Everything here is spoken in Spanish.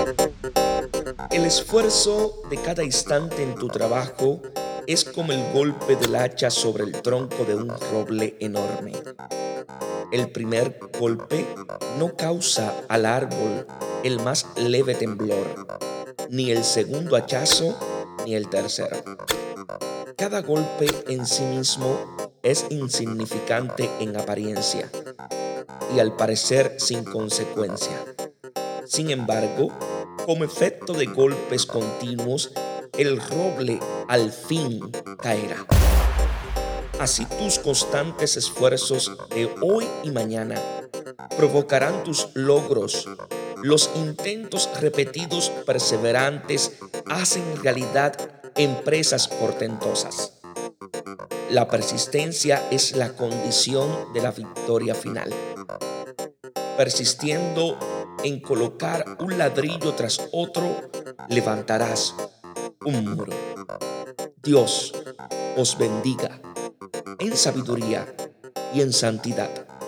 El esfuerzo de cada instante en tu trabajo es como el golpe del hacha sobre el tronco de un roble enorme. El primer golpe no causa al árbol el más leve temblor, ni el segundo hachazo, ni el tercero. Cada golpe en sí mismo es insignificante en apariencia y al parecer sin consecuencia. Sin embargo, como efecto de golpes continuos, el roble al fin caerá. Así tus constantes esfuerzos de hoy y mañana provocarán tus logros. Los intentos repetidos perseverantes hacen realidad empresas portentosas. La persistencia es la condición de la victoria final. Persistiendo en colocar un ladrillo tras otro, levantarás un muro. Dios os bendiga en sabiduría y en santidad.